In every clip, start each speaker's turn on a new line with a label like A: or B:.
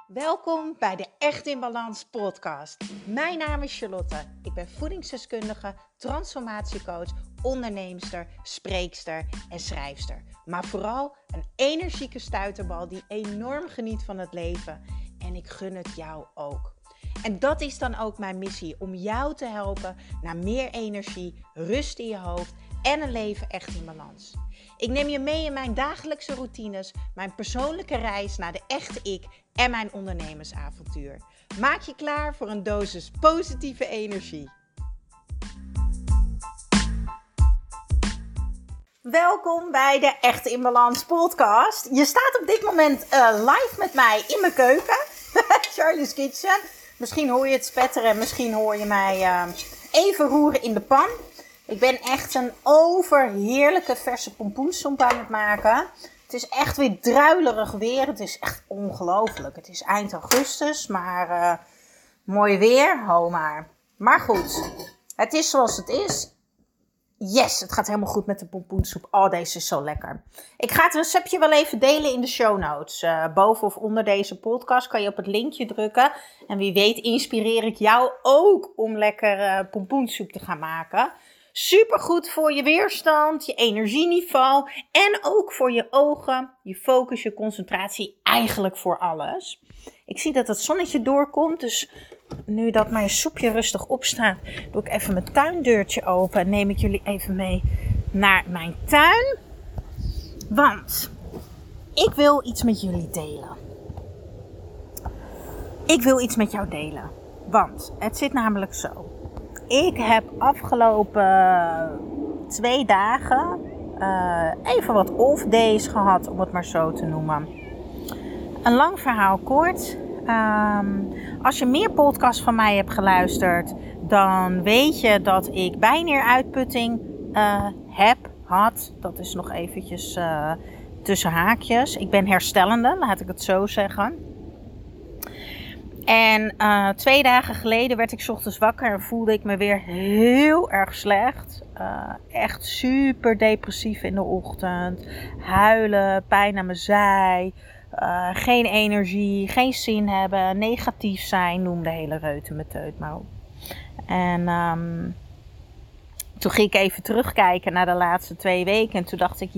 A: Welkom bij de Echt in Balans podcast. Mijn naam is Charlotte. Ik ben voedingsdeskundige, transformatiecoach, onderneemster, spreekster en schrijfster. Maar vooral een energieke stuiterbal die enorm geniet van het leven. En ik gun het jou ook. En dat is dan ook mijn missie, om jou te helpen naar meer energie, rust in je hoofd en een leven echt in balans. Ik neem je mee in mijn dagelijkse routines, mijn persoonlijke reis naar de echte ik en mijn ondernemersavontuur. Maak je klaar voor een dosis positieve energie. Welkom bij de Echt in Balans podcast. Je staat op dit moment live met mij in mijn keuken, Charlie's Kitchen. Misschien hoor je het spetteren, misschien hoor je mij even roeren in de pan. Ik ben echt een overheerlijke verse pompoensoep aan het maken. Het is echt weer druilerig weer. Het is echt ongelooflijk. Het is eind augustus, maar mooi weer. Ho maar. Maar goed, het is zoals het is. Yes, het gaat helemaal goed met de pompoensoep. Oh, deze is zo lekker. Ik ga het receptje wel even delen in de show notes. Boven of onder deze podcast kan je op het linkje drukken. En wie weet inspireer ik jou ook om lekker pompoensoep te gaan maken. Supergoed voor je weerstand, je energieniveau en ook voor je ogen, je focus, je concentratie, eigenlijk voor alles. Ik zie dat het zonnetje doorkomt, dus nu dat mijn soepje rustig opstaat, doe ik even mijn tuindeurtje open en neem ik jullie even mee naar mijn tuin. Want ik wil iets met jullie delen. Ik wil iets met jou delen, want het zit namelijk zo. Ik heb afgelopen 2 dagen even wat off days gehad, om het maar zo te noemen. Een lang verhaal kort. Als je meer podcasts van mij hebt geluisterd, dan weet je dat ik bijnieruitputting had. Dat is nog eventjes tussen haakjes. Ik ben herstellende, laat ik het zo zeggen. En 2 dagen geleden werd ik 's ochtends wakker en voelde ik me weer heel erg slecht. Echt super depressief in de ochtend. Huilen, pijn aan mijn zij. Geen energie, geen zin hebben, negatief zijn. Noem de hele reutemeteut maar op. En toen ging ik even terugkijken naar de laatste 2 weken. En toen dacht ik,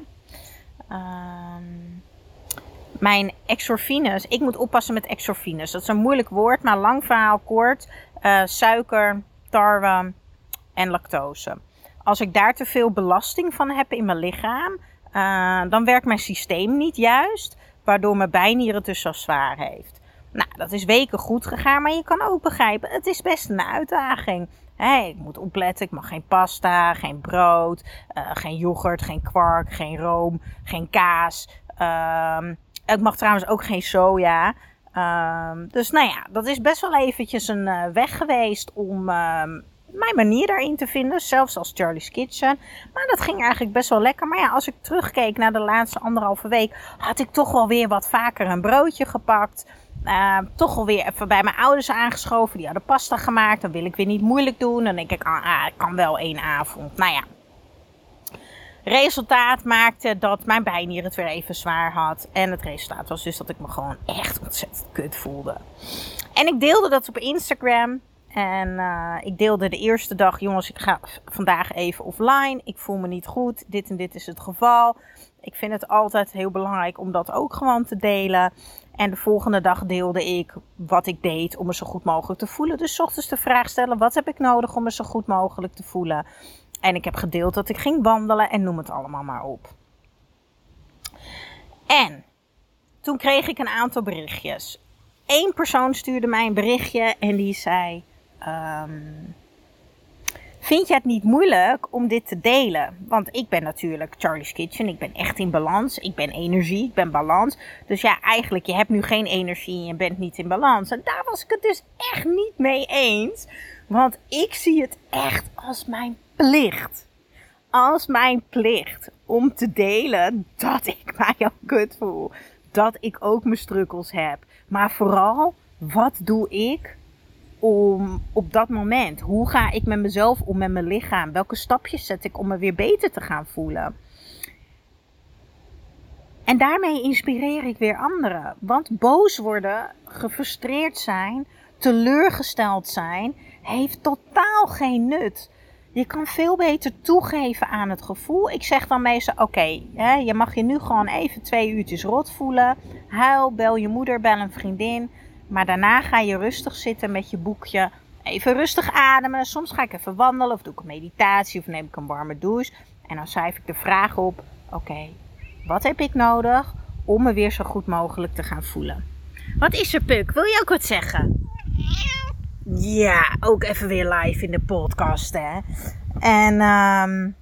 A: mijn exorfines, ik moet oppassen met exorfines. Dat is een moeilijk woord, maar lang verhaal kort. Suiker, tarwe en lactose. Als ik daar te veel belasting van heb in mijn lichaam, dan werkt mijn systeem niet juist. Waardoor mijn bijnier het dus zo zwaar heeft. Nou, dat is weken goed gegaan, maar je kan ook begrijpen, het is best een uitdaging. Ik moet opletten, ik mag geen pasta, geen brood, geen yoghurt, geen kwark, geen room, geen kaas. Ik mag trouwens ook geen soja. Dus nou ja, dat is best wel eventjes een weg geweest om mijn manier daarin te vinden. Zelfs als Charlie's Kitchen. Maar dat ging eigenlijk best wel lekker. Maar ja, als ik terugkeek naar de laatste 1,5 week, had ik toch wel weer wat vaker een broodje gepakt. Toch wel weer even bij mijn ouders aangeschoven. Die hadden pasta gemaakt. Dan wil ik weer niet moeilijk doen. Dan denk ik, ik kan wel 1 avond. Nou ja. Resultaat maakte dat mijn bijnier het weer even zwaar had. En het resultaat was dus dat ik me gewoon echt ontzettend kut voelde. En ik deelde dat op Instagram. En ik deelde de eerste dag, jongens, ik ga vandaag even offline. Ik voel me niet goed. Dit en dit is het geval. Ik vind het altijd heel belangrijk om dat ook gewoon te delen. En de volgende dag deelde ik wat ik deed om me zo goed mogelijk te voelen. Dus 's ochtends de vraag stellen, wat heb ik nodig om me zo goed mogelijk te voelen? En ik heb gedeeld dat ik ging wandelen en noem het allemaal maar op. En toen kreeg ik een aantal berichtjes. 1 persoon stuurde mij een berichtje en die zei, vind je het niet moeilijk om dit te delen? Want ik ben natuurlijk Charlie's Kitchen, ik ben echt in balans, ik ben energie, ik ben balans. Dus ja, eigenlijk, je hebt nu geen energie en je bent niet in balans. En daar was ik het dus echt niet mee eens. Want ik zie het echt als mijn plicht. Als mijn plicht om te delen dat ik mij al kut voel. Dat ik ook mijn struggles heb. Maar vooral, wat doe ik om op dat moment? Hoe ga ik met mezelf om, met mijn lichaam? Welke stapjes zet ik om me weer beter te gaan voelen? En daarmee inspireer ik weer anderen. Want boos worden, gefrustreerd zijn, teleurgesteld zijn, heeft totaal geen nut. Je kan veel beter toegeven aan het gevoel. Ik zeg dan meestal, oké, je mag je nu gewoon even 2 uurtjes rot voelen. Huil, bel je moeder, bel een vriendin. Maar daarna ga je rustig zitten met je boekje. Even rustig ademen. Soms ga ik even wandelen of doe ik een meditatie of neem ik een warme douche. En dan schrijf ik de vraag op, oké, wat heb ik nodig om me weer zo goed mogelijk te gaan voelen? Wat is er, Puk? Wil je ook wat zeggen? Ja, ook even weer live in de podcast, hè. En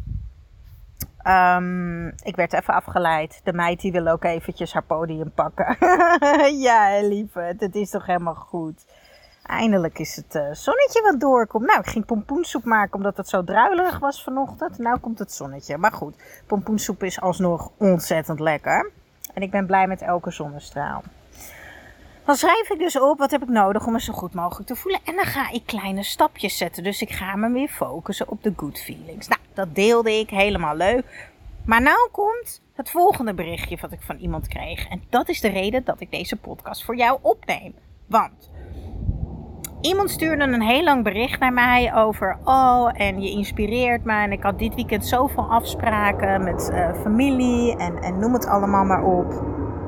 A: ik werd even afgeleid. De meid die wil ook eventjes haar podium pakken. Ja, lieverd, het is toch helemaal goed. Eindelijk is het zonnetje wat doorkomt. Nou, ik ging pompoensoep maken omdat het zo druilerig was vanochtend. Nou komt het zonnetje. Maar goed, pompoensoep is alsnog ontzettend lekker. En ik ben blij met elke zonnestraal. Dan schrijf ik dus op, wat heb ik nodig om me zo goed mogelijk te voelen. En dan ga ik kleine stapjes zetten. Dus ik ga me weer focussen op de good feelings. Nou, dat deelde ik, helemaal leuk. Maar nou komt het volgende berichtje wat ik van iemand kreeg. En dat is de reden dat ik deze podcast voor jou opneem. Want iemand stuurde een heel lang bericht naar mij over, en je inspireert me. En ik had dit weekend zoveel afspraken met familie en noem het allemaal maar op.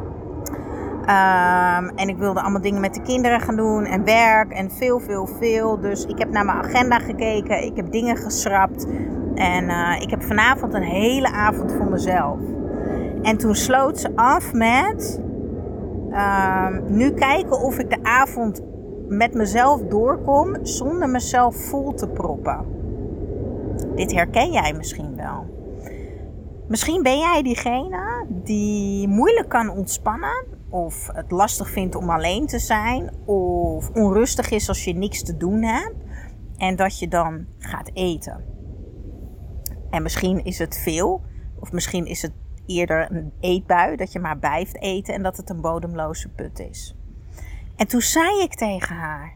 A: En ik wilde allemaal dingen met de kinderen gaan doen en werk en veel. Dus ik heb naar mijn agenda gekeken, ik heb dingen geschrapt. En ik heb vanavond een hele avond voor mezelf. En toen sloot ze af met nu kijken of ik de avond met mezelf doorkom zonder mezelf vol te proppen. Dit herken jij misschien wel. Misschien ben jij diegene die moeilijk kan ontspannen, of het lastig vindt om alleen te zijn, of onrustig is als je niks te doen hebt en dat je dan gaat eten. En misschien is het veel, of misschien is het eerder een eetbui, dat je maar blijft eten en dat het een bodemloze put is. En toen zei ik tegen haar,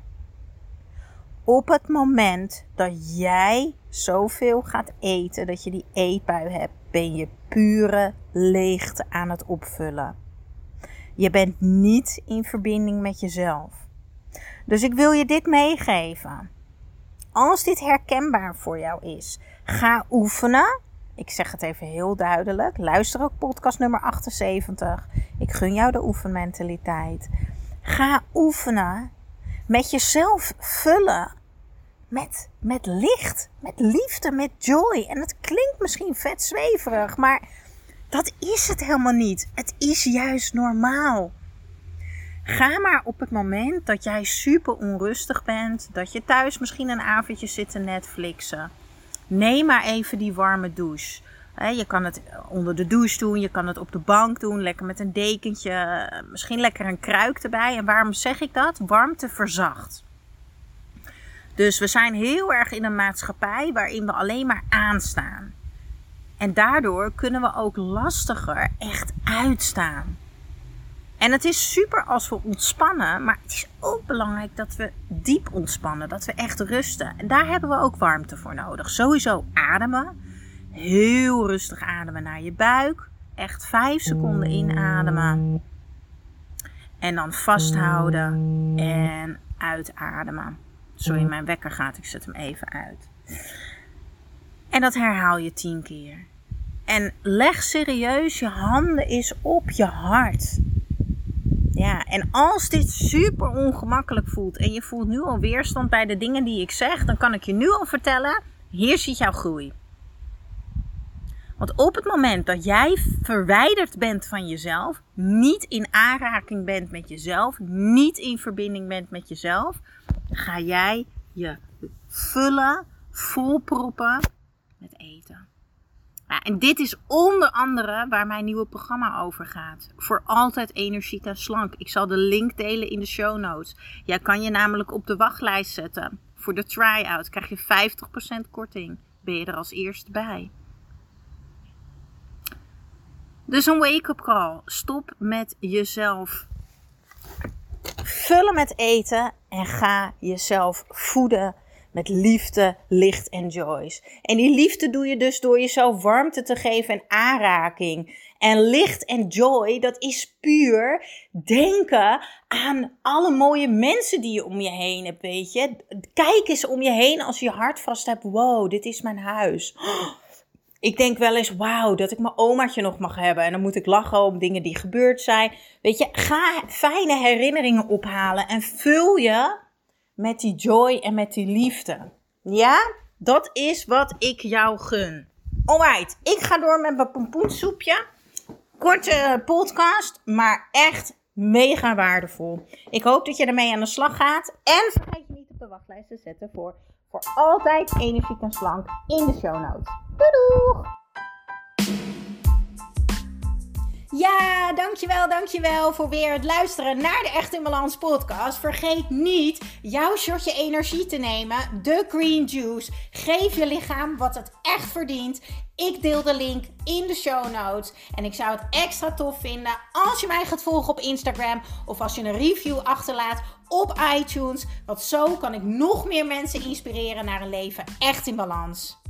A: op het moment dat jij zoveel gaat eten, dat je die eetbui hebt, ben je pure leegte aan het opvullen. Je bent niet in verbinding met jezelf. Dus ik wil je dit meegeven. Als dit herkenbaar voor jou is, ga oefenen. Ik zeg het even heel duidelijk. Luister ook podcast nummer 78. Ik gun jou de oefenmentaliteit. Ga oefenen met jezelf vullen. Met licht, met liefde, met joy. En het klinkt misschien vet zweverig, maar dat is het helemaal niet. Het is juist normaal. Ga maar op het moment dat jij super onrustig bent, dat je thuis misschien een avondje zit te Netflixen. Neem maar even die warme douche. Je kan het onder de douche doen, je kan het op de bank doen, lekker met een dekentje, misschien lekker een kruik erbij. En waarom zeg ik dat? Warmte verzacht. Dus we zijn heel erg in een maatschappij waarin we alleen maar aanstaan. En daardoor kunnen we ook lastiger echt uitstaan. En het is super als we ontspannen, maar het is ook belangrijk dat we diep ontspannen, dat we echt rusten. En daar hebben we ook warmte voor nodig. Sowieso ademen. Heel rustig ademen naar je buik. Echt 5 seconden inademen. En dan vasthouden en uitademen. Sorry, mijn wekker gaat. Ik zet hem even uit. En dat herhaal je 10 keer. En leg serieus je handen eens op je hart. Ja, en als dit super ongemakkelijk voelt en je voelt nu al weerstand bij de dingen die ik zeg, dan kan ik je nu al vertellen, hier zit jouw groei. Want op het moment dat jij verwijderd bent van jezelf, niet in aanraking bent met jezelf, niet in verbinding bent met jezelf, ga jij je vullen, volproppen met eten. Ja, en dit is onder andere waar mijn nieuwe programma over gaat. Voor altijd energiek en slank. Ik zal de link delen in de show notes. Jij kan je namelijk op de wachtlijst zetten. Voor de try-out krijg je 50% korting. Ben je er als eerste bij. Dus een wake-up call. Stop met jezelf vullen met eten en ga jezelf voeden met liefde, licht en joys. En die liefde doe je dus door jezelf warmte te geven en aanraking. En licht en joy, dat is puur denken aan alle mooie mensen die je om je heen hebt, weet je. Kijk eens om je heen als je je hart vast hebt. Wow, dit is mijn huis. Ik denk wel eens, wauw, dat ik mijn omaatje nog mag hebben. En dan moet ik lachen om dingen die gebeurd zijn. Weet je, ga fijne herinneringen ophalen en vul je met die joy en met die liefde. Ja, dat is wat ik jou gun. Alright, ik ga door met mijn pompoensoepje. Korte podcast, maar echt mega waardevol. Ik hoop dat je ermee aan de slag gaat. En vergeet je niet op de wachtlijst te zetten voor altijd energiek en slank in de show notes. Doei doeg! Ja, dankjewel voor weer het luisteren naar de Echt in Balans podcast. Vergeet niet jouw shotje energie te nemen, de Green Juice. Geef je lichaam wat het echt verdient. Ik deel de link in de show notes. En ik zou het extra tof vinden als je mij gaat volgen op Instagram. Of als je een review achterlaat op iTunes. Want zo kan ik nog meer mensen inspireren naar een leven echt in balans.